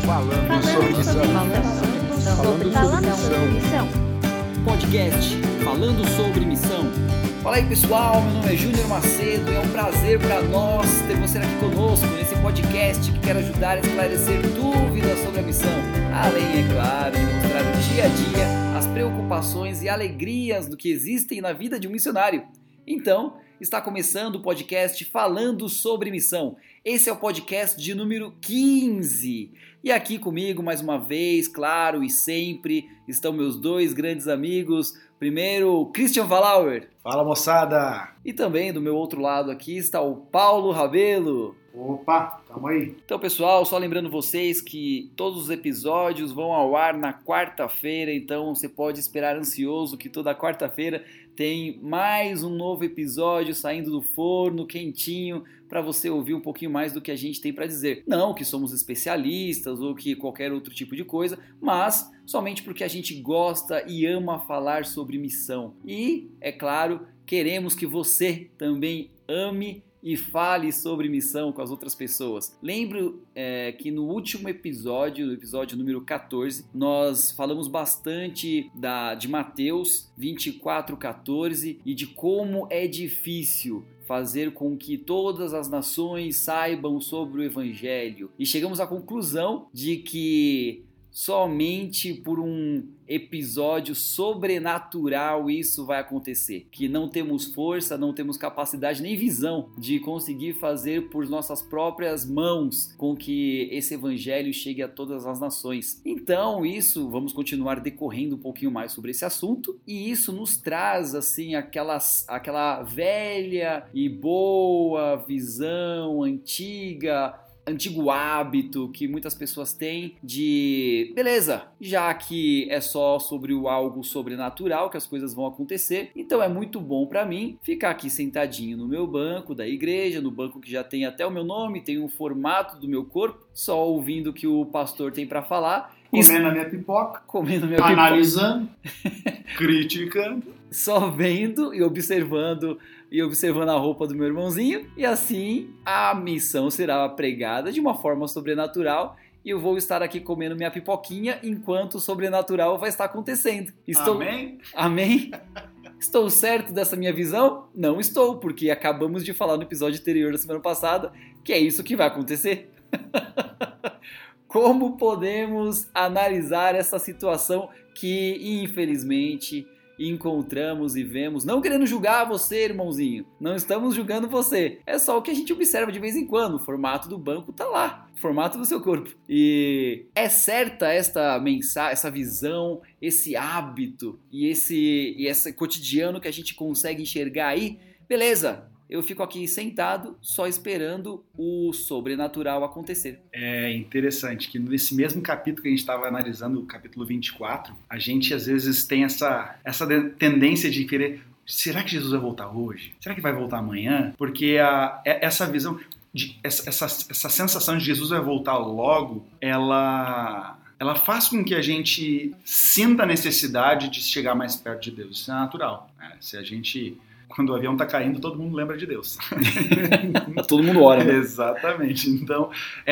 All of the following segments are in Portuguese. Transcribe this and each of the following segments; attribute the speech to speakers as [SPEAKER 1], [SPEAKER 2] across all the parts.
[SPEAKER 1] Falando sobre missão.
[SPEAKER 2] Podcast Falando sobre Missão. Fala aí pessoal, meu nome é Júnior Macedo e é um prazer para nós ter você aqui conosco nesse podcast que quer ajudar a esclarecer dúvidas sobre a missão, além, é claro, de mostrar o dia a dia as preocupações e alegrias do que existem na vida de um missionário. Então, está começando o podcast Falando sobre Missão. Esse é o podcast de número 15. E aqui comigo, mais uma vez, claro e sempre, estão meus dois grandes amigos. Primeiro, Christian Valauer.
[SPEAKER 3] Fala, moçada!
[SPEAKER 2] E também do meu outro lado aqui está o Paulo Rabelo.
[SPEAKER 3] Opa, tamo aí.
[SPEAKER 2] Então, pessoal, só lembrando vocês que todos os episódios vão ao ar na quarta-feira, então você pode esperar ansioso que toda quarta-feira tem mais um novo episódio saindo do forno, quentinho, para você ouvir um pouquinho mais do que a gente tem para dizer. Não que somos especialistas ou que qualquer outro tipo de coisa, mas somente porque a gente gosta e ama falar sobre missão. E, é claro, queremos que você também ame e fale sobre missão com as outras pessoas. Lembro que no último episódio, no episódio número 14, nós falamos bastante de Mateus 24:14 e de como é difícil fazer com que todas as nações saibam sobre o Evangelho. E chegamos à conclusão de que somente por um episódio sobrenatural isso vai acontecer. Que não temos força, não temos capacidade nem visão de conseguir fazer por nossas próprias mãos com que esse evangelho chegue a todas as nações. Então vamos continuar decorrendo um pouquinho mais sobre esse assunto e isso nos traz assim aquela velha e boa visão antigo hábito que muitas pessoas têm de, beleza, já que é só sobre algo sobrenatural que as coisas vão acontecer, então é muito bom para mim ficar aqui sentadinho no meu banco da igreja, no banco que já tem até o meu nome, tem o formato do meu corpo, só ouvindo o que o pastor tem para falar.
[SPEAKER 3] Comendo a minha pipoca, analisando, criticando.
[SPEAKER 2] Só vendo e observando a roupa do meu irmãozinho, e assim a missão será pregada de uma forma sobrenatural e eu vou estar aqui comendo minha pipoquinha enquanto o sobrenatural vai estar acontecendo.
[SPEAKER 3] Amém?
[SPEAKER 2] Amém? Estou certo dessa minha visão? Não estou, porque acabamos de falar no episódio anterior da semana passada que é isso que vai acontecer. Como podemos analisar essa situação que, infelizmente, encontramos e vemos, não querendo julgar você, irmãozinho, não estamos julgando você, é só o que a gente observa de vez em quando, o formato do banco tá lá, o formato do seu corpo, e é certa esta mensagem, essa visão, esse hábito e esse cotidiano que a gente consegue enxergar aí, beleza, eu fico aqui sentado só esperando o sobrenatural acontecer.
[SPEAKER 3] É interessante que nesse mesmo capítulo que a gente estava analisando, o capítulo 24, a gente às vezes tem essa tendência de querer, será que Jesus vai voltar hoje? Será que vai voltar amanhã? Porque essa visão, essa sensação de Jesus vai voltar logo, ela faz com que a gente sinta a necessidade de chegar mais perto de Deus. Isso é natural, né? Quando o avião está caindo, todo mundo lembra de Deus.
[SPEAKER 2] Todo mundo ora, né?
[SPEAKER 3] Exatamente. Então,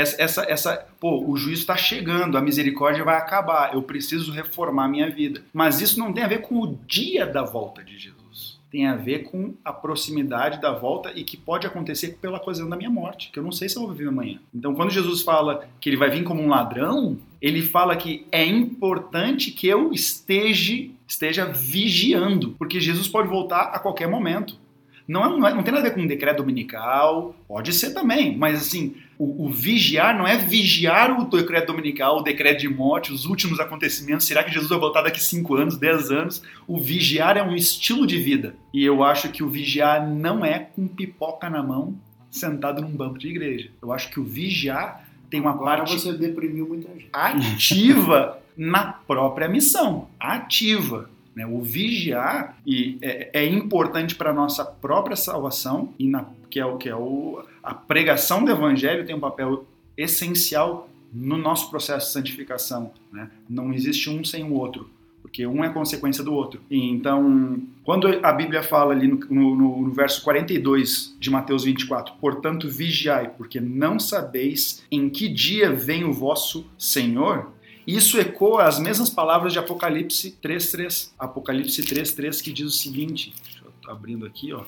[SPEAKER 3] o juízo está chegando, a misericórdia vai acabar, eu preciso reformar minha vida. Mas isso não tem a ver com o dia da volta de Jesus. Tem a ver com a proximidade da volta e que pode acontecer pela ocasião da minha morte, que eu não sei se eu vou viver amanhã. Então, quando Jesus fala que ele vai vir como um ladrão, ele fala que é importante que eu esteja vigiando, porque Jesus pode voltar a qualquer momento. Não tem nada a ver com um decreto dominical, pode ser também, mas assim, o vigiar não é vigiar o decreto dominical, o decreto de morte, os últimos acontecimentos, será que Jesus vai voltar daqui 5 anos, 10 anos? O vigiar é um estilo de vida, e eu acho que o vigiar não é com pipoca na mão, sentado num banco de igreja. Eu acho que o vigiar tem uma parte
[SPEAKER 1] você deprimiu muita gente.
[SPEAKER 3] Ativa na própria missão, ativa. Né? O vigiar é importante para a nossa própria salvação, e a pregação do evangelho tem um papel essencial no nosso processo de santificação. Né? Não existe um sem o outro. porque um é consequência do outro. E então, quando a Bíblia fala ali no verso 42 de Mateus 24, portanto vigiai, porque não sabeis em que dia vem o vosso Senhor, isso ecoa as mesmas palavras de Apocalipse 3:3. Apocalipse 3:3 que diz o seguinte, deixa eu estar abrindo aqui, ó.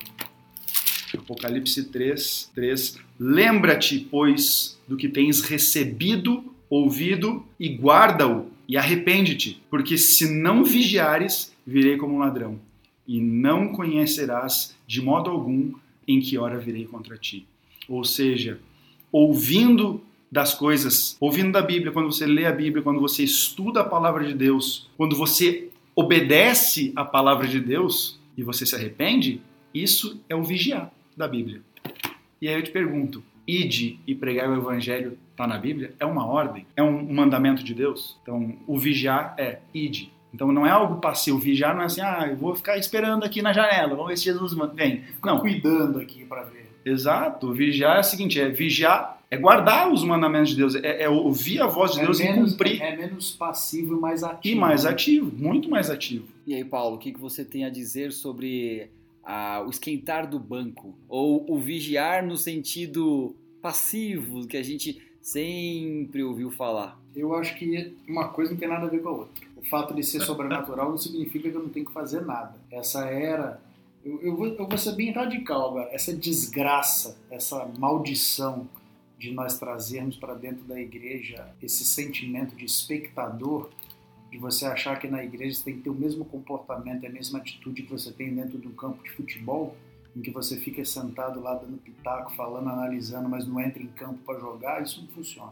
[SPEAKER 3] Apocalipse 3:3. Lembra-te, pois, do que tens recebido, ouvido, e guarda-o, e arrepende-te, porque se não vigiares, virei como um ladrão, e não conhecerás de modo algum em que hora virei contra ti. Ou seja, ouvindo das coisas, ouvindo da Bíblia, quando você lê a Bíblia, quando você estuda a palavra de Deus, quando você obedece a palavra de Deus e você se arrepende, isso é o vigiar da Bíblia. E aí eu te pergunto, ide e pregar o evangelho está na Bíblia? É uma ordem? É um mandamento de Deus? Então, o vigiar é ide. Então, não é algo passivo. Vigiar não é assim, eu vou ficar esperando aqui na janela, vamos ver se Jesus vem. Não.
[SPEAKER 1] Cuidando aqui para ver.
[SPEAKER 3] Exato. Vigiar é o seguinte, vigiar é guardar os mandamentos de Deus, é ouvir a voz de Deus e cumprir.
[SPEAKER 1] É menos passivo e mais ativo.
[SPEAKER 3] E mais ativo, muito mais ativo.
[SPEAKER 2] E aí, Paulo, o que você tem a dizer sobre o esquentar do banco? Ou o vigiar no sentido passivo, que a gente sempre ouviu falar?
[SPEAKER 1] Eu acho que uma coisa não tem nada a ver com a outra. O fato de ser sobrenatural não significa que eu não tenho que fazer nada. Essa era... Eu vou ser bem radical agora. Essa desgraça, essa maldição de nós trazermos para dentro da igreja esse sentimento de espectador, de você achar que na igreja você tem que ter o mesmo comportamento, a mesma atitude que você tem dentro do campo de futebol, em que você fica sentado lá dando pitaco, falando, analisando, mas não entra em campo para jogar, isso não funciona.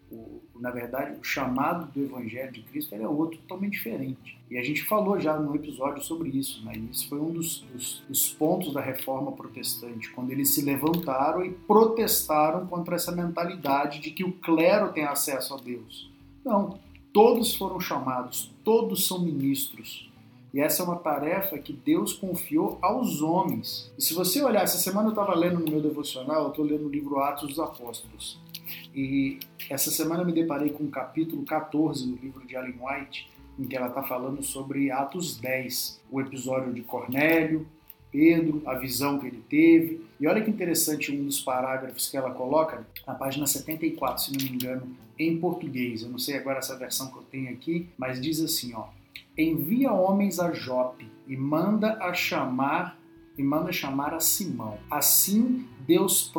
[SPEAKER 1] Na verdade, o chamado do Evangelho de Cristo é outro, totalmente diferente. E a gente falou já no episódio sobre isso, né? Isso foi um dos pontos da Reforma Protestante, quando eles se levantaram e protestaram contra essa mentalidade de que o clero tem acesso a Deus. Não, todos foram chamados, todos são ministros. E essa é uma tarefa que Deus confiou aos homens. E se você olhar, essa semana eu estava lendo no meu devocional, eu estou lendo o livro Atos dos Apóstolos. E essa semana eu me deparei com o capítulo 14 do livro de Ellen White, em que ela está falando sobre Atos 10, o episódio de Cornélio, Pedro, a visão que ele teve. E olha que interessante um dos parágrafos que ela coloca, na página 74, se não me engano, em português. Eu não sei agora essa versão que eu tenho aqui, mas diz assim, ó: envia homens a Jope e manda chamar a Simão. Assim Deus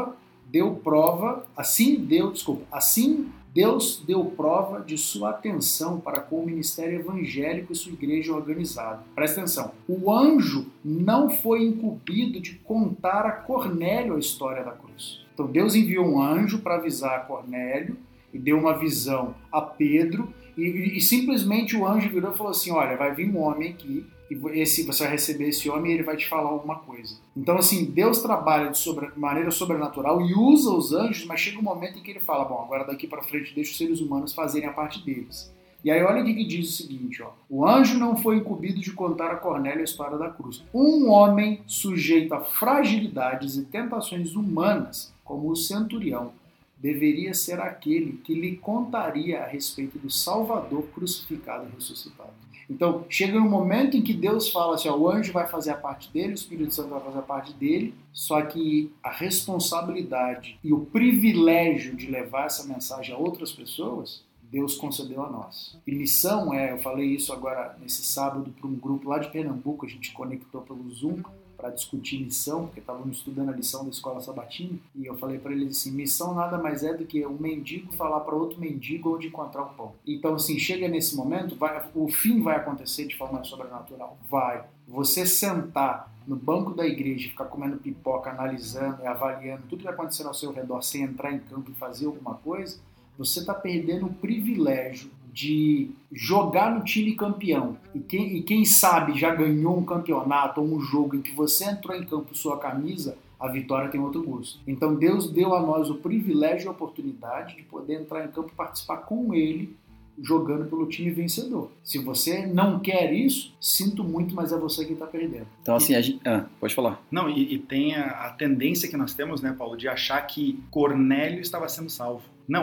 [SPEAKER 1] deu prova de sua atenção para com o ministério evangélico e sua igreja organizada. Presta atenção, o anjo não foi incumbido de contar a Cornélio a história da cruz. Então Deus enviou um anjo para avisar a Cornélio e deu uma visão a Pedro e simplesmente o anjo virou e falou assim, olha, vai vir um homem aqui e você vai receber esse homem e ele vai te falar alguma coisa. Então, assim, Deus trabalha de maneira sobrenatural e usa os anjos, mas chega um momento em que ele fala, bom, agora daqui para frente deixa os seres humanos fazerem a parte deles. E aí olha o que diz o seguinte, ó: o anjo não foi incumbido de contar a Cornélio a história da cruz. Um homem sujeito a fragilidades e tentações humanas, como o centurião, deveria ser aquele que lhe contaria a respeito do Salvador crucificado e ressuscitado. Então, chega um momento em que Deus fala assim, ó, o anjo vai fazer a parte dele, o Espírito Santo vai fazer a parte dele, só que a responsabilidade e o privilégio de levar essa mensagem a outras pessoas, Deus concedeu a nós. E missão eu falei isso agora nesse sábado para um grupo lá de Pernambuco, a gente conectou pelo Zoom para discutir missão, porque estávamos estudando a lição da Escola Sabatina, e eu falei para eles assim, missão nada mais é do que um mendigo falar para outro mendigo onde encontrar o pão. Então, assim, chega nesse momento, o fim vai acontecer de forma sobrenatural. Vai. Você sentar no banco da igreja e ficar comendo pipoca, analisando e avaliando tudo que vai acontecer ao seu redor sem entrar em campo e fazer alguma coisa, você está perdendo o privilégio de jogar no time campeão e quem sabe já ganhou um campeonato ou um jogo em que você entrou em campo sua camisa, a vitória tem outro gosto. Então Deus deu a nós o privilégio e a oportunidade de poder entrar em campo e participar com Ele jogando pelo time vencedor. Se você não quer isso, sinto muito, mas é você que está perdendo.
[SPEAKER 2] Então assim, a gente... pode falar.
[SPEAKER 3] Não, e tem a tendência que nós temos, né, Paulo, de achar que Cornélio estava sendo salvo. Não.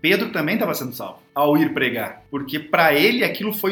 [SPEAKER 3] Pedro também estava sendo salvo ao ir pregar, porque para ele aquilo foi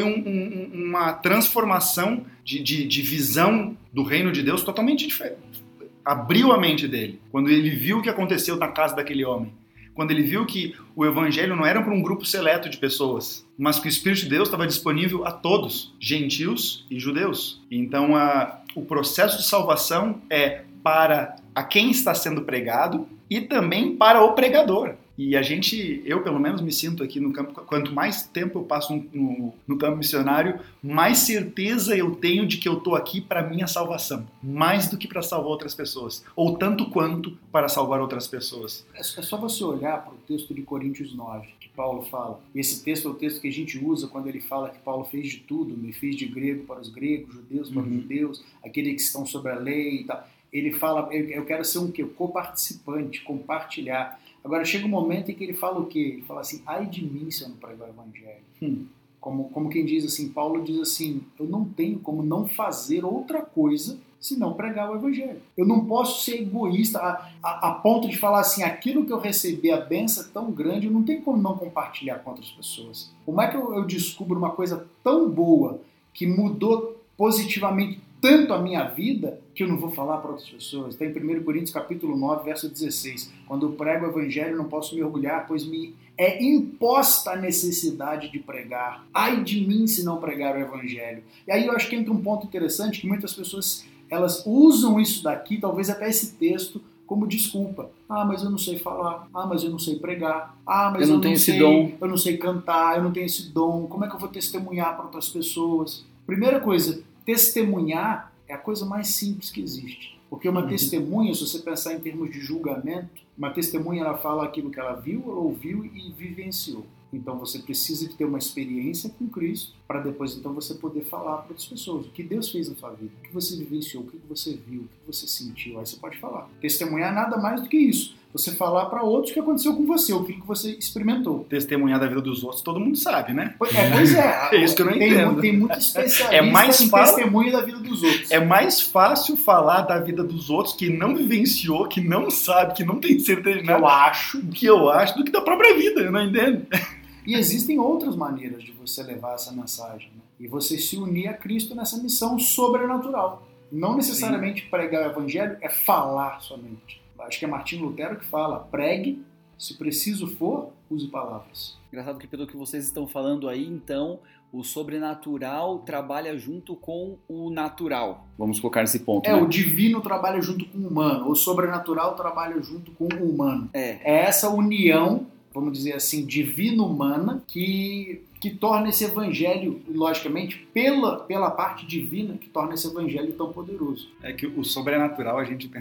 [SPEAKER 3] uma transformação de visão do reino de Deus totalmente diferente. Abriu a mente dele quando ele viu o que aconteceu na casa daquele homem. Quando ele viu que o evangelho não era para um grupo seleto de pessoas, mas que o Espírito de Deus estava disponível a todos, gentios e judeus. Então, o processo de salvação é para a quem está sendo pregado e também para o pregador. E eu pelo menos me sinto aqui no campo, quanto mais tempo eu passo no campo missionário, mais certeza eu tenho de que eu estou aqui para minha salvação, mais do que para salvar outras pessoas, ou tanto quanto para salvar outras pessoas.
[SPEAKER 1] É só você olhar para o texto de Coríntios 9, que Paulo fala. E esse texto é o texto que a gente usa quando ele fala que Paulo fez de tudo, me fez de grego para os gregos, judeus para os judeus, aqueles que estão sobre a lei e tal. Ele fala, eu quero ser um quê? Coparticipante, compartilhar. Agora chega um momento em que ele fala o quê? Ele fala assim, ai de mim se eu não pregar o evangelho. Como quem diz assim, Paulo diz assim, eu não tenho como não fazer outra coisa se não pregar o evangelho. Eu não posso ser egoísta a ponto de falar assim, aquilo que eu recebi, a bênção é tão grande, eu não tenho como não compartilhar com outras pessoas. Como é que eu descubro uma coisa tão boa que mudou positivamente tanto a minha vida que eu não vou falar para outras pessoas? Está em 1 Coríntios capítulo 9, verso 16. Quando eu prego o evangelho, não posso me orgulhar, pois me é imposta a necessidade de pregar. Ai de mim se não pregar o evangelho. E aí eu acho que entra um ponto interessante, que muitas pessoas elas usam isso daqui, talvez até esse texto, como desculpa. Ah, mas eu não sei falar. Ah, mas eu não sei pregar. Ah, mas
[SPEAKER 2] eu não tenho esse dom.
[SPEAKER 1] Eu não sei cantar, eu não tenho esse dom. Como é que eu vou testemunhar para outras pessoas? Primeira coisa, testemunhar é a coisa mais simples que existe. Porque uma testemunha, se você pensar em termos de julgamento, uma testemunha ela fala aquilo que ela viu, ela ouviu e vivenciou. Então você precisa de ter uma experiência com Cristo para depois então você poder falar para outras pessoas o que Deus fez na sua vida, o que você vivenciou, o que você viu, o que você sentiu. Aí você pode falar. Testemunhar nada mais do que isso. Você falar para outros o que aconteceu com você, o que você experimentou.
[SPEAKER 3] Testemunhar da vida dos outros, todo mundo sabe, né?
[SPEAKER 1] Pois é.
[SPEAKER 3] É isso que eu não entendo.
[SPEAKER 1] Tem muito especialista em testemunho da vida dos outros.
[SPEAKER 3] É mais fácil falar da vida dos outros que não vivenciou, que não sabe, que não tem certeza de nada. Que eu acho, do que da própria vida, eu não entendo.
[SPEAKER 1] E existem outras maneiras de você levar essa mensagem, né? E você se unir a Cristo nessa missão sobrenatural. Não necessariamente pregar o evangelho é falar somente. Acho que é Martinho Lutero que fala, pregue, se preciso for, use palavras.
[SPEAKER 2] Engraçado que pelo que vocês estão falando aí, então, o sobrenatural trabalha junto com o natural. Vamos colocar nesse ponto, né?
[SPEAKER 1] O divino trabalha junto com o humano, o sobrenatural trabalha junto com o humano. É essa união, vamos dizer assim, divino-humana, que torna esse evangelho, logicamente, pela parte divina, que torna esse evangelho tão poderoso.
[SPEAKER 3] É que o sobrenatural, a gente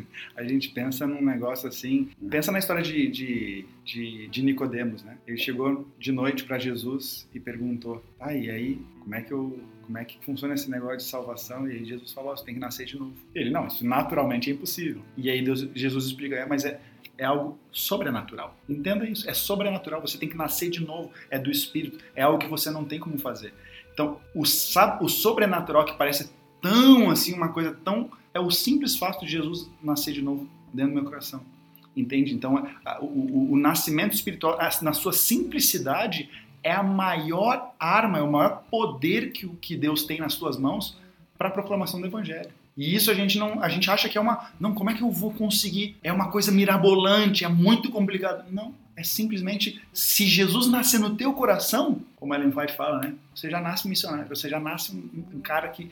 [SPEAKER 3] pensa num negócio assim... Pensa na história de Nicodemos, né? Ele chegou de noite para Jesus e perguntou, e aí, como é que funciona esse negócio de salvação? E aí Jesus falou, você tem que nascer de novo. Ele, não, isso naturalmente é impossível. E aí Jesus explica, mas é algo sobrenatural. Entenda isso, é sobrenatural, você tem que nascer de novo, é do Espírito, é algo que você não tem como fazer. Então, o sobrenatural que parece tão assim, uma coisa tão... É o simples fato de Jesus nascer de novo dentro do meu coração. Entende? Então, o nascimento espiritual, na sua simplicidade, é a maior arma, é o maior poder que Deus tem nas suas mãos para a proclamação do Evangelho. E isso a gente acha que é como é que eu vou conseguir? É uma coisa mirabolante, é muito complicado. Não, é simplesmente, se Jesus nascer no teu coração, como a Ellen White fala, né? Você já nasce um missionário, você já nasce um cara que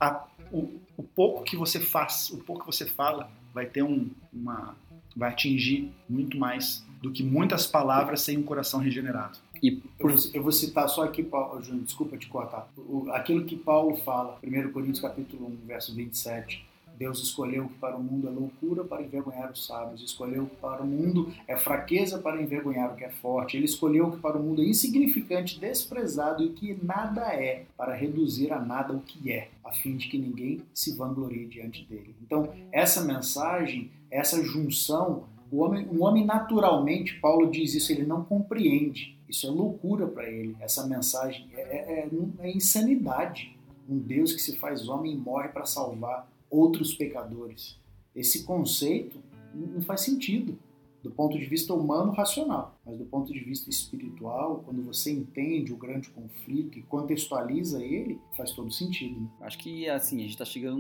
[SPEAKER 3] o pouco que você faz, o pouco que você fala, vai ter vai atingir muito mais do que muitas palavras sem um coração regenerado.
[SPEAKER 1] Eu vou citar só aqui, Júnior, desculpa te cortar, aquilo que Paulo fala, 1 Coríntios capítulo 1, verso 27, Deus escolheu que para o mundo é loucura para envergonhar os sábios, escolheu que para o mundo é fraqueza para envergonhar o que é forte, ele escolheu que para o mundo é insignificante, desprezado e que nada é, para reduzir a nada o que é, a fim de que ninguém se vanglorie diante dele. Então, essa mensagem, essa junção, um homem naturalmente, Paulo diz isso, ele não compreende. Isso é loucura para ele. Essa mensagem é insanidade. Um Deus que se faz homem e morre para salvar outros pecadores. Esse conceito não faz sentido do ponto de vista humano racional. Mas do ponto de vista espiritual, quando você entende o grande conflito e contextualiza ele, faz todo sentido. Né?
[SPEAKER 2] Acho que, assim, a gente está chegando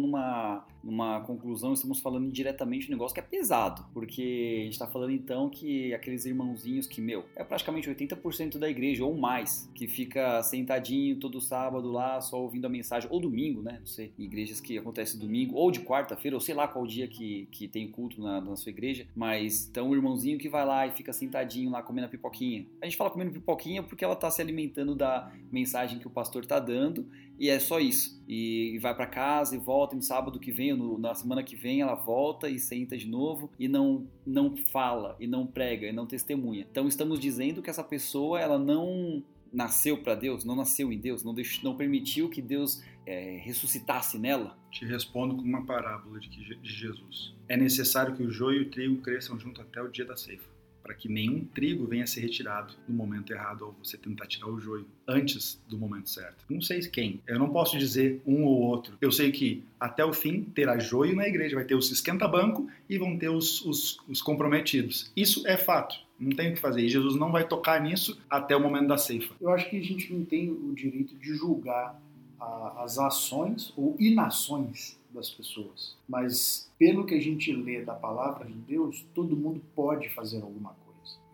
[SPEAKER 2] numa conclusão, estamos falando diretamente de um negócio que é pesado, porque a gente está falando, então, que aqueles irmãozinhos que, é praticamente 80% da igreja, ou mais, que fica sentadinho todo sábado lá, só ouvindo a mensagem, ou domingo, né, não sei, igrejas que acontece domingo, ou de quarta-feira, ou sei lá qual dia que tem culto na sua igreja, mas, então, o irmãozinho que vai lá e fica sentadinho lá, comendo a pipoquinha. A gente fala comendo pipoquinha porque ela está se alimentando da mensagem que o pastor está dando, e é só isso. E vai para casa e volta, e no sábado que vem, na semana que vem, ela volta e senta de novo e não fala, e não prega, e não testemunha. Então estamos dizendo que essa pessoa, ela não nasceu para Deus, não nasceu em Deus, não permitiu que Deus ressuscitasse nela.
[SPEAKER 3] Te respondo com uma parábola de Jesus. É necessário que o joio e o trigo cresçam junto até o dia da ceifa, para que nenhum trigo venha a ser retirado no momento errado ou você tentar tirar o joio antes do momento certo. Não sei quem. Eu não posso dizer um ou outro. Eu sei que até o fim terá joio na igreja, vai ter os esquenta-banco e vão ter os comprometidos. Isso é fato. Não tem o que fazer. E Jesus não vai tocar nisso até o momento da ceifa.
[SPEAKER 1] Eu acho que a gente não tem o direito de julgar as ações ou inações das pessoas. Mas, pelo que a gente lê da palavra de Deus, todo mundo pode fazer alguma coisa.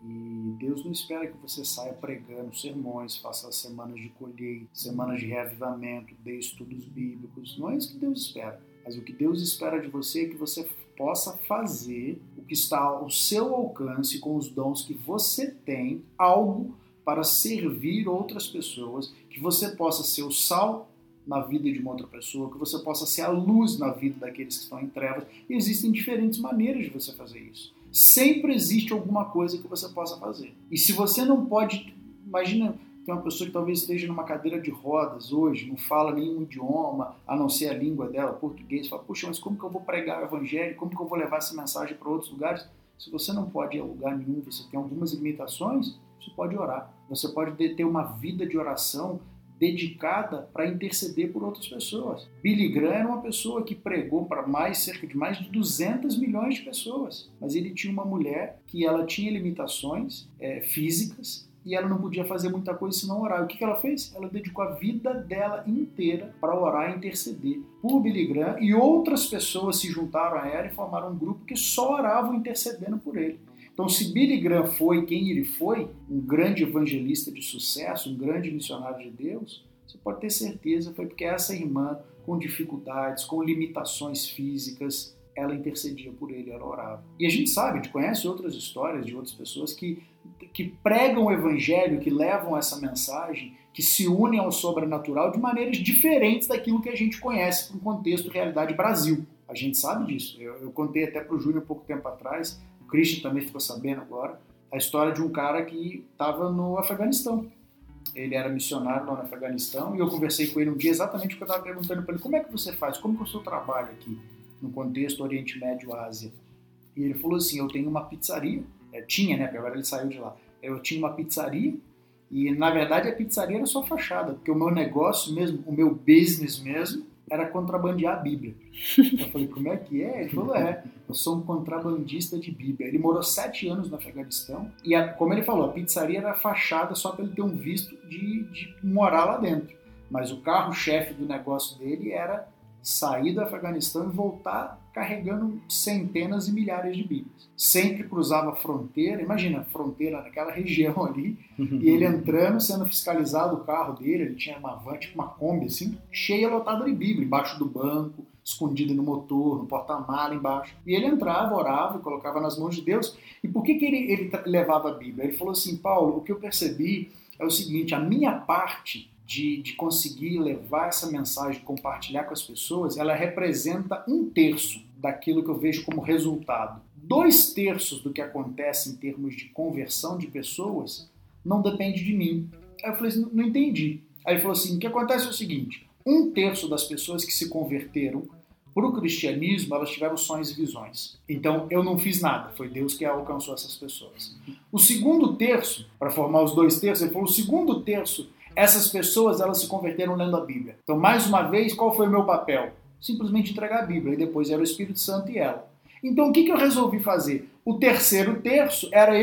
[SPEAKER 1] E Deus não espera que você saia pregando sermões, faça semanas de colheita, semanas de reavivamento, dê estudos bíblicos. Não é isso que Deus espera. Mas o que Deus espera de você é que você possa fazer o que está ao seu alcance com os dons que você tem, algo para servir outras pessoas, que você possa ser o sal na vida de uma outra pessoa, que você possa ser a luz na vida daqueles que estão em trevas. E existem diferentes maneiras de você fazer isso. Sempre existe alguma coisa que você possa fazer. E se você não pode... Imagina, tem uma pessoa que talvez esteja numa cadeira de rodas hoje, não fala nenhum idioma, a não ser a língua dela, português, fala, puxa, mas como que eu vou pregar o evangelho? Como que eu vou levar essa mensagem para outros lugares? Se você não pode ir a lugar nenhum, você tem algumas limitações, você pode orar. Você pode ter uma vida de oração dedicada para interceder por outras pessoas. Billy Graham era uma pessoa que pregou para cerca de mais de 200 milhões de pessoas, mas ele tinha uma mulher que ela tinha limitações físicas e ela não podia fazer muita coisa senão orar. O que ela fez? Ela dedicou a vida dela inteira para orar e interceder por Billy Graham, e outras pessoas se juntaram a ela e formaram um grupo que só oravam intercedendo por ele. Então, se Billy Graham foi quem ele foi, um grande evangelista de sucesso, um grande missionário de Deus, você pode ter certeza foi porque essa irmã, com dificuldades, com limitações físicas, ela intercedia por ele, ela orava. E a gente sabe, a gente conhece outras histórias de outras pessoas que pregam o evangelho, que levam essa mensagem, que se unem ao sobrenatural de maneiras diferentes daquilo que a gente conhece no contexto realidade Brasil. A gente sabe disso. Eu contei até para o Júnior pouco tempo atrás, o Christian também ficou sabendo agora, a história de um cara que estava no Afeganistão. Ele era missionário lá no Afeganistão e eu conversei com ele um dia exatamente porque eu estava perguntando para ele como é que você faz, como que é o seu trabalho aqui no contexto Oriente Médio, Ásia. E ele falou assim, eu tenho uma pizzaria, tinha, né, porque agora ele saiu de lá, eu tinha uma pizzaria e na verdade a pizzaria era só fachada, porque o meu negócio mesmo, o meu business mesmo, era contrabandear a Bíblia. Eu falei, como é que é? Ele falou, eu sou um contrabandista de Bíblia. Ele morou 7 anos no Afeganistão e, como ele falou, a pizzaria era fachada só para ele ter um visto de morar lá dentro. Mas o carro-chefe do negócio dele era sair do Afeganistão e voltar carregando centenas e milhares de Bíblias. Sempre cruzava a fronteira, imagina, a fronteira naquela região ali, e ele entrando, sendo fiscalizado o carro dele, ele tinha uma van, tipo uma Kombi assim, cheia, lotada de Bíblia, embaixo do banco, escondida no motor, no porta-mala embaixo. E ele entrava, orava e colocava nas mãos de Deus. E por que ele levava a Bíblia? Ele falou assim, Paulo, o que eu percebi é o seguinte, a minha parte de conseguir levar essa mensagem, compartilhar com as pessoas, ela representa 1/3 daquilo que eu vejo como resultado. 2/3 do que acontece em termos de conversão de pessoas não depende de mim. Aí eu falei assim, não entendi. Aí ele falou assim, o que acontece é o seguinte, 1/3 das pessoas que se converteram para o cristianismo, elas tiveram sonhos e visões. Então, eu não fiz nada, foi Deus que alcançou essas pessoas. O segundo terço, para formar os 2/3, ele falou, o segundo terço, essas pessoas, elas se converteram lendo a Bíblia. Então, mais uma vez, qual foi o meu papel? Simplesmente entregar a Bíblia, e depois era o Espírito Santo e ela. Então, o que eu resolvi fazer? O 3º terço era eu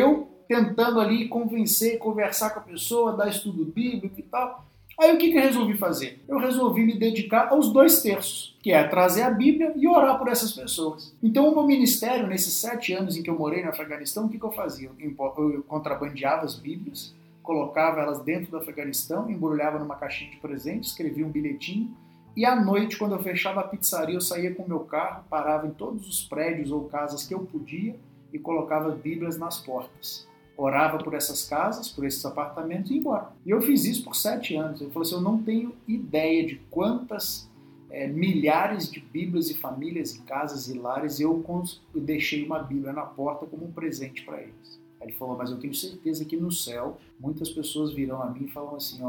[SPEAKER 1] tentando ali convencer, conversar com a pessoa, dar estudo bíblico e tal. Aí o que eu resolvi fazer? Eu resolvi me dedicar aos 2 terços, que é trazer a Bíblia e orar por essas pessoas. Então o meu ministério, nesses 7 anos em que eu morei no Afeganistão, o que eu fazia? Eu contrabandeava as Bíblias, colocava elas dentro do Afeganistão, embrulhava numa caixinha de presente, escrevia um bilhetinho, e à noite, quando eu fechava a pizzaria, eu saía com o meu carro, parava em todos os prédios ou casas que eu podia e colocava Bíblias nas portas. Orava por essas casas, por esses apartamentos e ia embora. E eu fiz isso por 7 anos. Eu falei assim, eu não tenho ideia de quantas milhares de Bíblias e famílias e casas e lares eu deixei uma Bíblia na porta como um presente para eles. Aí ele falou, mas eu tenho certeza que no céu muitas pessoas virão a mim e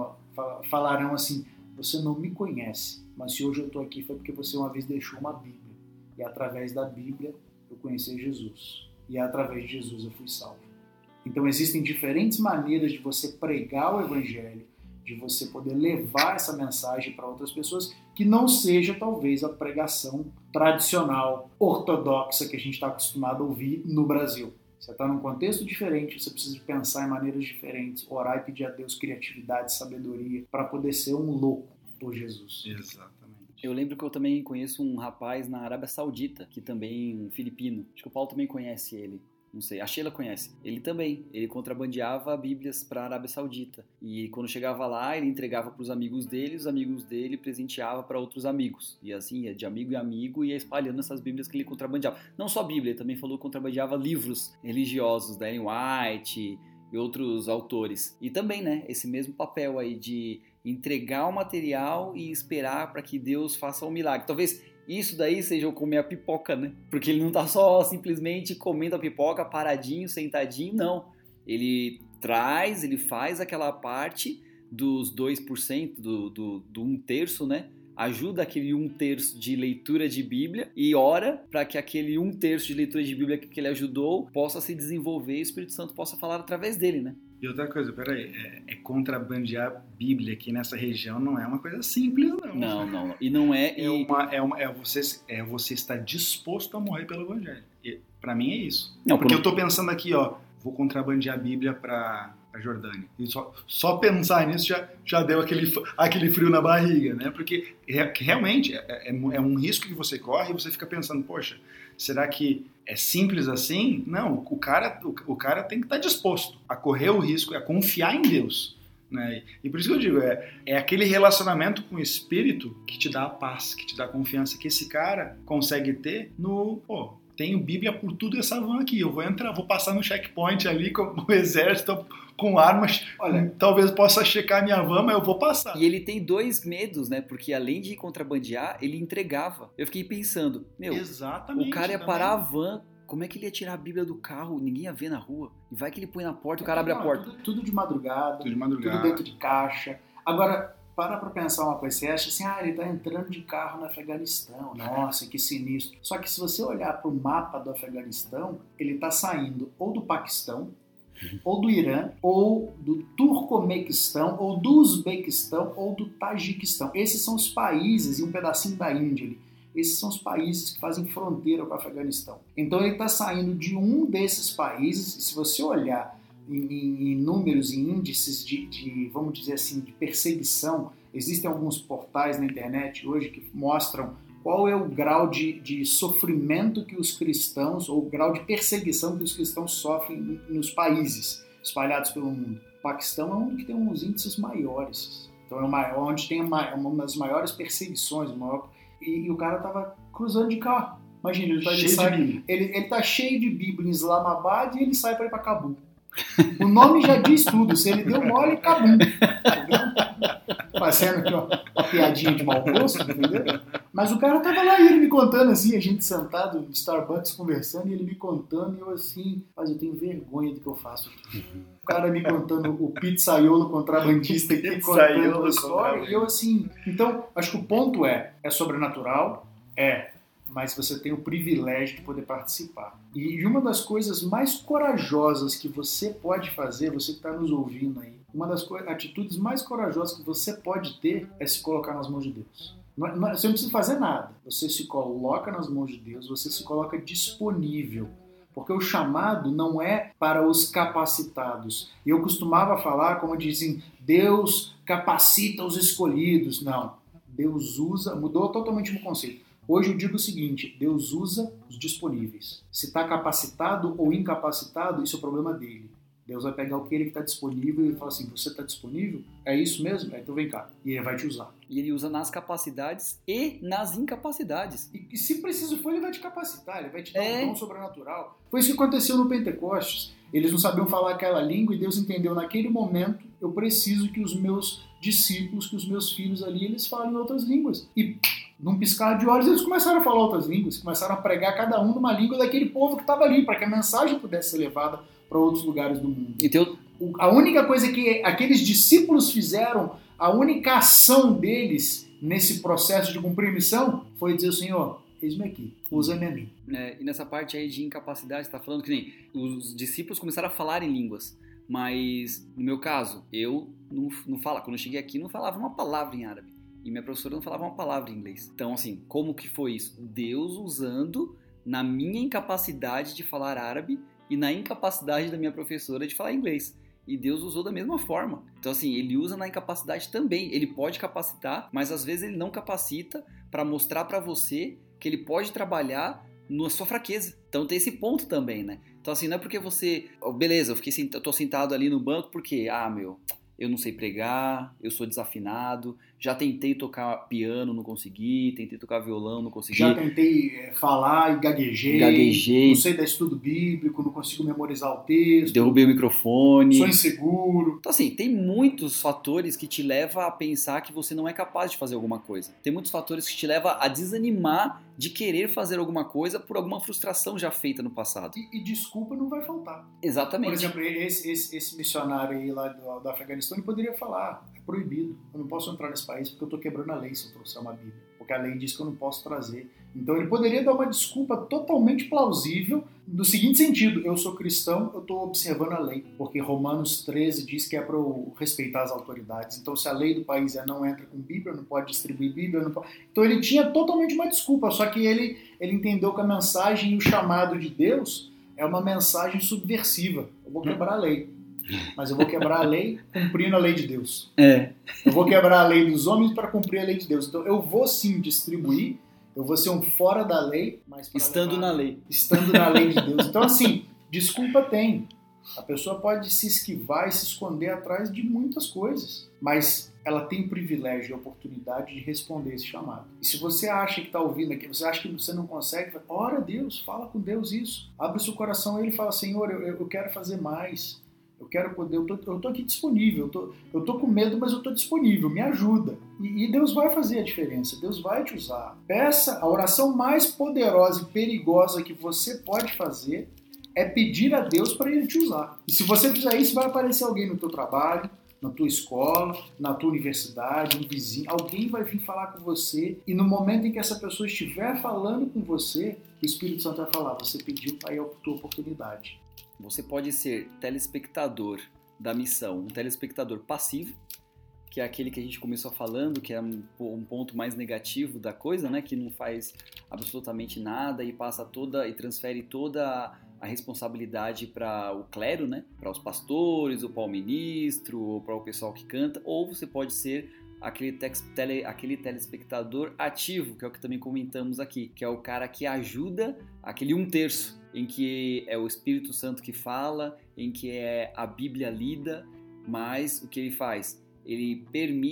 [SPEAKER 1] falarão assim, você não me conhece, mas se hoje eu estou aqui foi porque você uma vez deixou uma Bíblia. E através da Bíblia eu conheci Jesus. E através de Jesus eu fui salvo. Então existem diferentes maneiras de você pregar o Evangelho, de você poder levar essa mensagem para outras pessoas que não seja talvez a pregação tradicional, ortodoxa que a gente está acostumado a ouvir no Brasil. Você está num contexto diferente, você precisa pensar em maneiras diferentes, orar e pedir a Deus criatividade, sabedoria, para poder ser um louco por Jesus.
[SPEAKER 3] Exatamente.
[SPEAKER 2] Eu lembro que eu também conheço um rapaz na Arábia Saudita, que também um filipino. Acho que o Paulo também conhece ele. Não sei, a Sheila conhece. Ele contrabandeava Bíblias para a Arábia Saudita. E quando chegava lá, ele entregava para os amigos dele presenteava para outros amigos. E assim, ia de amigo em amigo, ia espalhando essas Bíblias que ele contrabandeava. Não só Bíblia, ele também falou que contrabandeava livros religiosos, da Ellen White e outros autores. E também, né, esse mesmo papel aí de entregar o material e esperar para que Deus faça um milagre. Talvez isso daí seja o comer a pipoca, né? Porque ele não tá só simplesmente comendo a pipoca paradinho, sentadinho, não. Ele faz aquela parte dos 2%, do 1/3, né? Ajuda aquele 1/3 de leitura de Bíblia e ora para que aquele 1/3 de leitura de Bíblia que ele ajudou possa se desenvolver e o Espírito Santo possa falar através dele, né?
[SPEAKER 3] E outra coisa, peraí, contrabandear Bíblia aqui nessa região não é uma coisa simples, não.
[SPEAKER 2] Não. E não é...
[SPEAKER 3] Você estar disposto a morrer pelo Evangelho. Para mim é isso.
[SPEAKER 2] Não,
[SPEAKER 3] porque eu tô pensando aqui, vou contrabandear a Bíblia para a Jordânia. E só pensar nisso já deu aquele frio na barriga, né? Porque realmente é um risco que você corre e você fica pensando, poxa, será que é simples assim? Não, o cara tem que estar disposto a correr o risco, a confiar em Deus. Né? E por isso que eu digo, é aquele relacionamento com o Espírito que te dá a paz, que te dá a confiança que esse cara consegue ter tenho Bíblia por tudo essa van aqui, eu vou passar no checkpoint ali com o exército, com armas, olha, talvez possa checar minha van, mas eu vou passar.
[SPEAKER 2] E ele tem 2 medos, né, porque além de contrabandear, ele entregava. Eu fiquei pensando,
[SPEAKER 3] exatamente,
[SPEAKER 2] o cara ia parar a van, como é que ele ia tirar a Bíblia do carro, ninguém ia ver na rua, e vai que ele põe na porta e o cara abre a porta.
[SPEAKER 1] Tudo de madrugada, tudo dentro de caixa. Agora, para pensar uma coisa, você acha assim, ele está entrando de carro no Afeganistão, nossa, que sinistro. Só que se você olhar para o mapa do Afeganistão, ele está saindo ou do Paquistão, ou do Irã, ou do Turcomequistão, ou do Uzbequistão, ou do Tajiquistão. Esses são os países, e um pedacinho da Índia ali, esses são os países que fazem fronteira com o Afeganistão. Então ele está saindo de um desses países, e se você olhar em números e índices de, vamos dizer assim, de perseguição, existem alguns portais na internet hoje que mostram qual é o grau de sofrimento que os cristãos, ou o grau de perseguição que os cristãos sofrem nos países espalhados pelo mundo. O Paquistão é um que tem uns índices maiores, então onde tem uma das maiores perseguições, e o cara estava cruzando de carro. Imagina, ele tá cheio de Bíblia em Islamabad e ele sai para ir para Cabul. O nome já diz tudo, se ele deu mole, Cabul. Fazendo aqui uma piadinha de mau gosto, entendeu? Mas o cara tava lá e ele me contando assim, a gente sentado no Starbucks conversando e ele me contando e eu assim, mas eu tenho vergonha do que eu faço aqui. O cara me contando o pizzaiolo contrabandista aqui, contando a história, e eu assim, então acho que o ponto é sobrenatural, mas você tem o privilégio de poder participar. E uma das coisas mais corajosas que você pode fazer, você que está nos ouvindo aí, uma das atitudes mais corajosas que você pode ter é se colocar nas mãos de Deus. Você não precisa fazer nada. Você se coloca nas mãos de Deus, você se coloca disponível Porque o chamado não é para os capacitados. Eu costumava falar, como dizem, Deus capacita os escolhidos. Não, Deus usa, mudou totalmente o conceito. Hoje eu digo o seguinte, Deus usa os disponíveis. Se está capacitado ou incapacitado, isso é o problema dele. Deus vai pegar aquele que está disponível e fala assim, você está disponível? É isso mesmo? Então vem cá. E ele vai te usar.
[SPEAKER 2] E ele usa nas capacidades e nas incapacidades.
[SPEAKER 1] E se preciso for, ele vai te capacitar, ele vai te dar um dom sobrenatural. Foi isso que aconteceu no Pentecostes. Eles não sabiam falar aquela língua e Deus entendeu naquele momento, eu preciso que os meus discípulos, que os meus filhos ali, eles falem outras línguas. E num piscar de olhos, eles começaram a falar outras línguas, começaram a pregar cada um numa língua daquele povo que estava ali, para que a mensagem pudesse ser levada para outros lugares do mundo.
[SPEAKER 2] Então,
[SPEAKER 1] a única coisa que aqueles discípulos fizeram, a única ação deles nesse processo de cumprir a missão, foi dizer, Senhor, eis-me aqui, usa-me a mim.
[SPEAKER 2] E nessa parte aí de incapacidade, você está falando que nem os discípulos começaram a falar em línguas, mas no meu caso, eu não falava, quando eu cheguei aqui, não falava uma palavra em árabe. E minha professora não falava uma palavra em inglês. Então, assim, como que foi isso? Deus usando na minha incapacidade de falar árabe e na incapacidade da minha professora de falar inglês. E Deus usou da mesma forma. Então, assim, ele usa na incapacidade também. Ele pode capacitar, mas às vezes ele não capacita para mostrar para você que ele pode trabalhar na sua fraqueza. Então tem esse ponto também, né? Então, assim, não é porque você... Beleza, eu tô sentado ali no banco porque, eu não sei pregar, eu sou desafinado, já tentei tocar piano, não consegui, tentei tocar violão, não consegui.
[SPEAKER 1] Já tentei falar e gaguejei, não sei dar estudo bíblico, não consigo memorizar o texto.
[SPEAKER 2] Derrubei o microfone.
[SPEAKER 1] Sou inseguro.
[SPEAKER 2] Então assim, tem muitos fatores que te levam a pensar que você não é capaz de fazer alguma coisa. Tem muitos fatores que te levam a desanimar de querer fazer alguma coisa por alguma frustração já feita no passado.
[SPEAKER 1] E desculpa não vai faltar.
[SPEAKER 2] Exatamente.
[SPEAKER 1] Por exemplo, esse missionário aí lá do Afeganistão, ele poderia falar, é proibido, eu não posso entrar nesse país porque eu estou quebrando a lei se eu trouxer uma Bíblia, porque a lei diz que eu não posso trazer. Então ele poderia dar uma desculpa totalmente plausível no seguinte sentido, eu sou cristão, eu estou observando a lei, porque Romanos 13 diz que é para eu respeitar as autoridades, então se a lei do país não entra com Bíblia, não pode distribuir Bíblia, não pode... Então ele tinha totalmente uma desculpa, só que ele entendeu que a mensagem e o chamado de Deus é uma mensagem subversiva, eu vou quebrar a lei. Mas eu vou quebrar a lei cumprindo a lei de Deus. Eu vou quebrar a lei dos homens para cumprir a lei de Deus. Então eu vou sim distribuir, eu vou ser um fora da lei, mas
[SPEAKER 2] estando na lei.
[SPEAKER 1] Estando na lei de Deus. Então assim, desculpa tem. A pessoa pode se esquivar e se esconder atrás de muitas coisas, mas ela tem o privilégio e a oportunidade de responder esse chamado. E se você acha que está ouvindo aqui, você acha que você não consegue, ora a Deus, fala com Deus isso. Abre seu coração a Ele e fala, Senhor, eu quero fazer mais. Eu quero poder, eu tô aqui disponível, eu tô com medo, mas eu tô disponível, me ajuda. E Deus vai fazer a diferença, Deus vai te usar. Peça, a oração mais poderosa e perigosa que você pode fazer é pedir a Deus para Ele te usar. E se você fizer isso, vai aparecer alguém no teu trabalho, na tua escola, na tua universidade, um vizinho, alguém vai vir falar com você e no momento em que essa pessoa estiver falando com você, o Espírito Santo vai falar, você pediu, aí é a tua oportunidade.
[SPEAKER 2] Você pode ser telespectador da missão, um telespectador passivo, que é aquele que a gente começou falando, que é um ponto mais negativo da coisa, né? Que não faz absolutamente nada e transfere toda a responsabilidade para o clero, né? Para os pastores, ou para o ministro, ou para o pessoal que canta, ou você pode ser aquele telespectador ativo, que é o que também comentamos aqui, que é o cara que ajuda aquele 1/3, em que é o Espírito Santo que fala, em que é a Bíblia lida, mas o que ele faz? Ele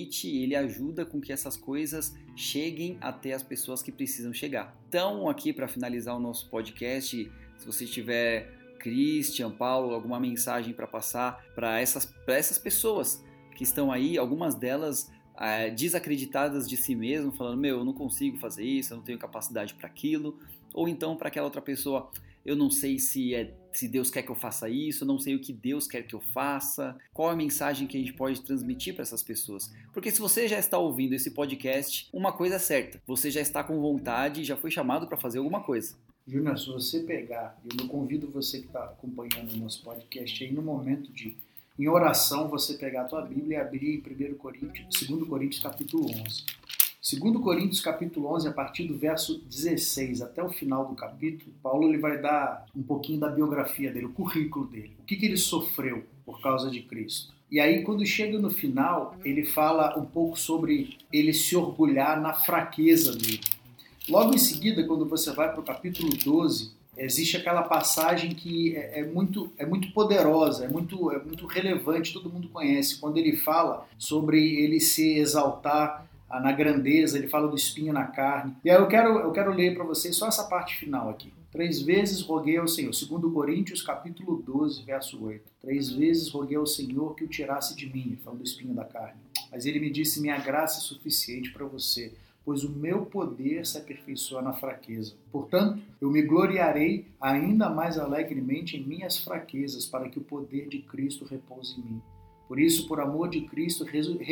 [SPEAKER 2] ajuda com que essas coisas cheguem até as pessoas que precisam chegar. Então, aqui para finalizar o nosso podcast, se você tiver, Christian, Paulo, alguma mensagem para passar para essas pessoas que estão aí, algumas delas desacreditadas de si mesmo, falando, eu não consigo fazer isso, eu não tenho capacidade para aquilo, ou então para aquela outra pessoa, eu não sei se Deus quer que eu faça isso, eu não sei o que Deus quer que eu faça, qual a mensagem que a gente pode transmitir para essas pessoas. Porque se você já está ouvindo esse podcast, uma coisa é certa, você já está com vontade e já foi chamado para fazer alguma coisa.
[SPEAKER 1] Júnior, se você pegar, eu convido você que está acompanhando o nosso podcast aí no momento em oração, você pegar a tua Bíblia e abrir em 2 Coríntios capítulo 11. 2 Coríntios capítulo 11, a partir do verso 16 até o final do capítulo, Paulo ele vai dar um pouquinho da biografia dele, o currículo dele, o que ele sofreu por causa de Cristo. E aí, quando chega no final, ele fala um pouco sobre ele se orgulhar na fraqueza dele. Logo em seguida, quando você vai para o capítulo 12, existe aquela passagem que é muito poderosa, é muito relevante, todo mundo conhece, quando ele fala sobre ele se exaltar na grandeza, ele fala do espinho na carne. E aí eu quero ler para vocês só essa parte final aqui. 3 vezes roguei ao Senhor, 2 Coríntios capítulo 12, verso 8. 3 vezes roguei ao Senhor que o tirasse de mim, falando do espinho da carne. Mas ele me disse, minha graça é suficiente para você, pois o meu poder se aperfeiçoa na fraqueza. Portanto, eu me gloriarei ainda mais alegremente em minhas fraquezas, para que o poder de Cristo repouse em mim. Por isso, por amor de Cristo,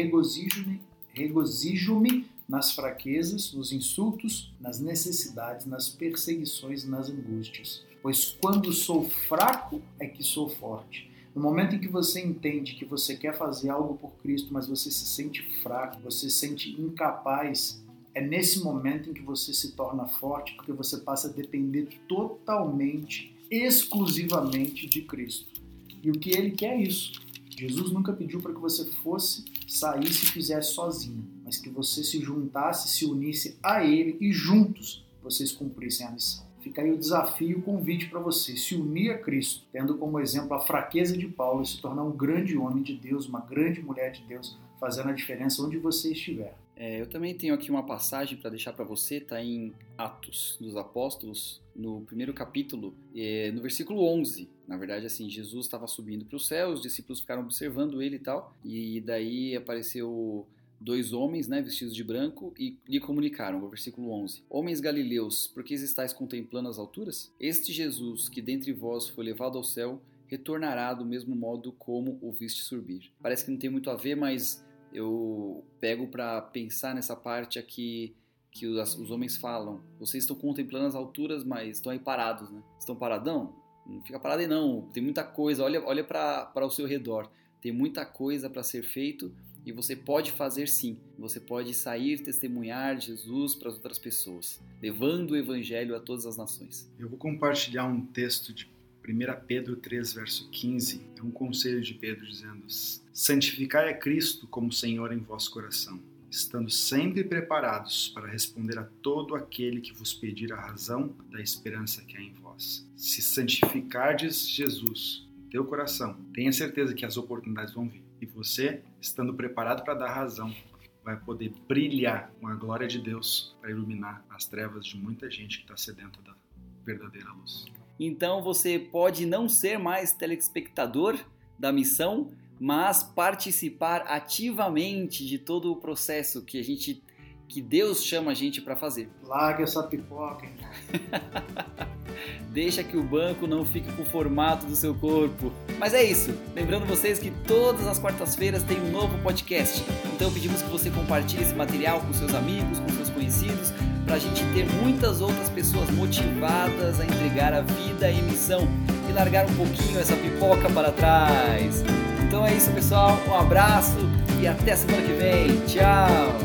[SPEAKER 1] regozijo-me nas fraquezas, nos insultos, nas necessidades, nas perseguições e nas angústias. Pois quando sou fraco é que sou forte. No momento em que você entende que você quer fazer algo por Cristo, mas você se sente fraco, você se sente incapaz, é nesse momento em que você se torna forte, porque você passa a depender totalmente, exclusivamente de Cristo. E o que Ele quer é isso. Jesus nunca pediu para que você saísse e fizesse sozinho, mas que você se juntasse, se unisse a Ele e juntos vocês cumprissem a missão. Fica aí o desafio, o convite para você se unir a Cristo, tendo como exemplo a fraqueza de Paulo e se tornar um grande homem de Deus, uma grande mulher de Deus, fazendo a diferença onde você estiver.
[SPEAKER 2] Eu também tenho aqui uma passagem para deixar para você, está em Atos dos Apóstolos, no primeiro capítulo, no versículo 11. Na verdade, assim, Jesus estava subindo para o céu, os discípulos ficaram observando ele e tal, e daí apareceu 2 homens, né, vestidos de branco, e lhe comunicaram, no versículo 11, Homens galileus, por que estáis contemplando as alturas? Este Jesus, que dentre vós foi levado ao céu, retornará do mesmo modo como o viste subir. Parece que não tem muito a ver, mas eu pego para pensar nessa parte aqui que os homens falam. Vocês estão contemplando as alturas, mas estão aí parados, né? Estão paradão? Não fica parado aí não. Tem muita coisa. Olha para o seu redor. Tem muita coisa para ser feito e você pode fazer sim. Você pode sair testemunhar Jesus para as outras pessoas, levando o evangelho a todas as nações.
[SPEAKER 3] Eu vou compartilhar um texto de 1 Pedro 3, verso 15, é um conselho de Pedro dizendo: santificai a Cristo como Senhor em vosso coração, estando sempre preparados para responder a todo aquele que vos pedir a razão da esperança que há em vós. Se santificardes Jesus no teu coração, tenha certeza que as oportunidades vão vir. E você, estando preparado para dar razão, vai poder brilhar com a glória de Deus para iluminar as trevas de muita gente que está sedenta da verdadeira luz.
[SPEAKER 2] Então você pode não ser mais telespectador da missão, mas participar ativamente de todo o processo que Deus chama a gente para fazer.
[SPEAKER 1] Larga essa pipoca, hein?
[SPEAKER 2] Deixa que o banco não fique com o formato do seu corpo. Mas é isso. Lembrando vocês que todas as quartas-feiras tem um novo podcast. Então pedimos que você compartilhe esse material com seus amigos, com seus conhecidos, para a gente ter muitas outras pessoas motivadas a entregar a vida em missão e largar um pouquinho essa pipoca para trás. Então é isso, pessoal. Um abraço e até semana que vem. Tchau!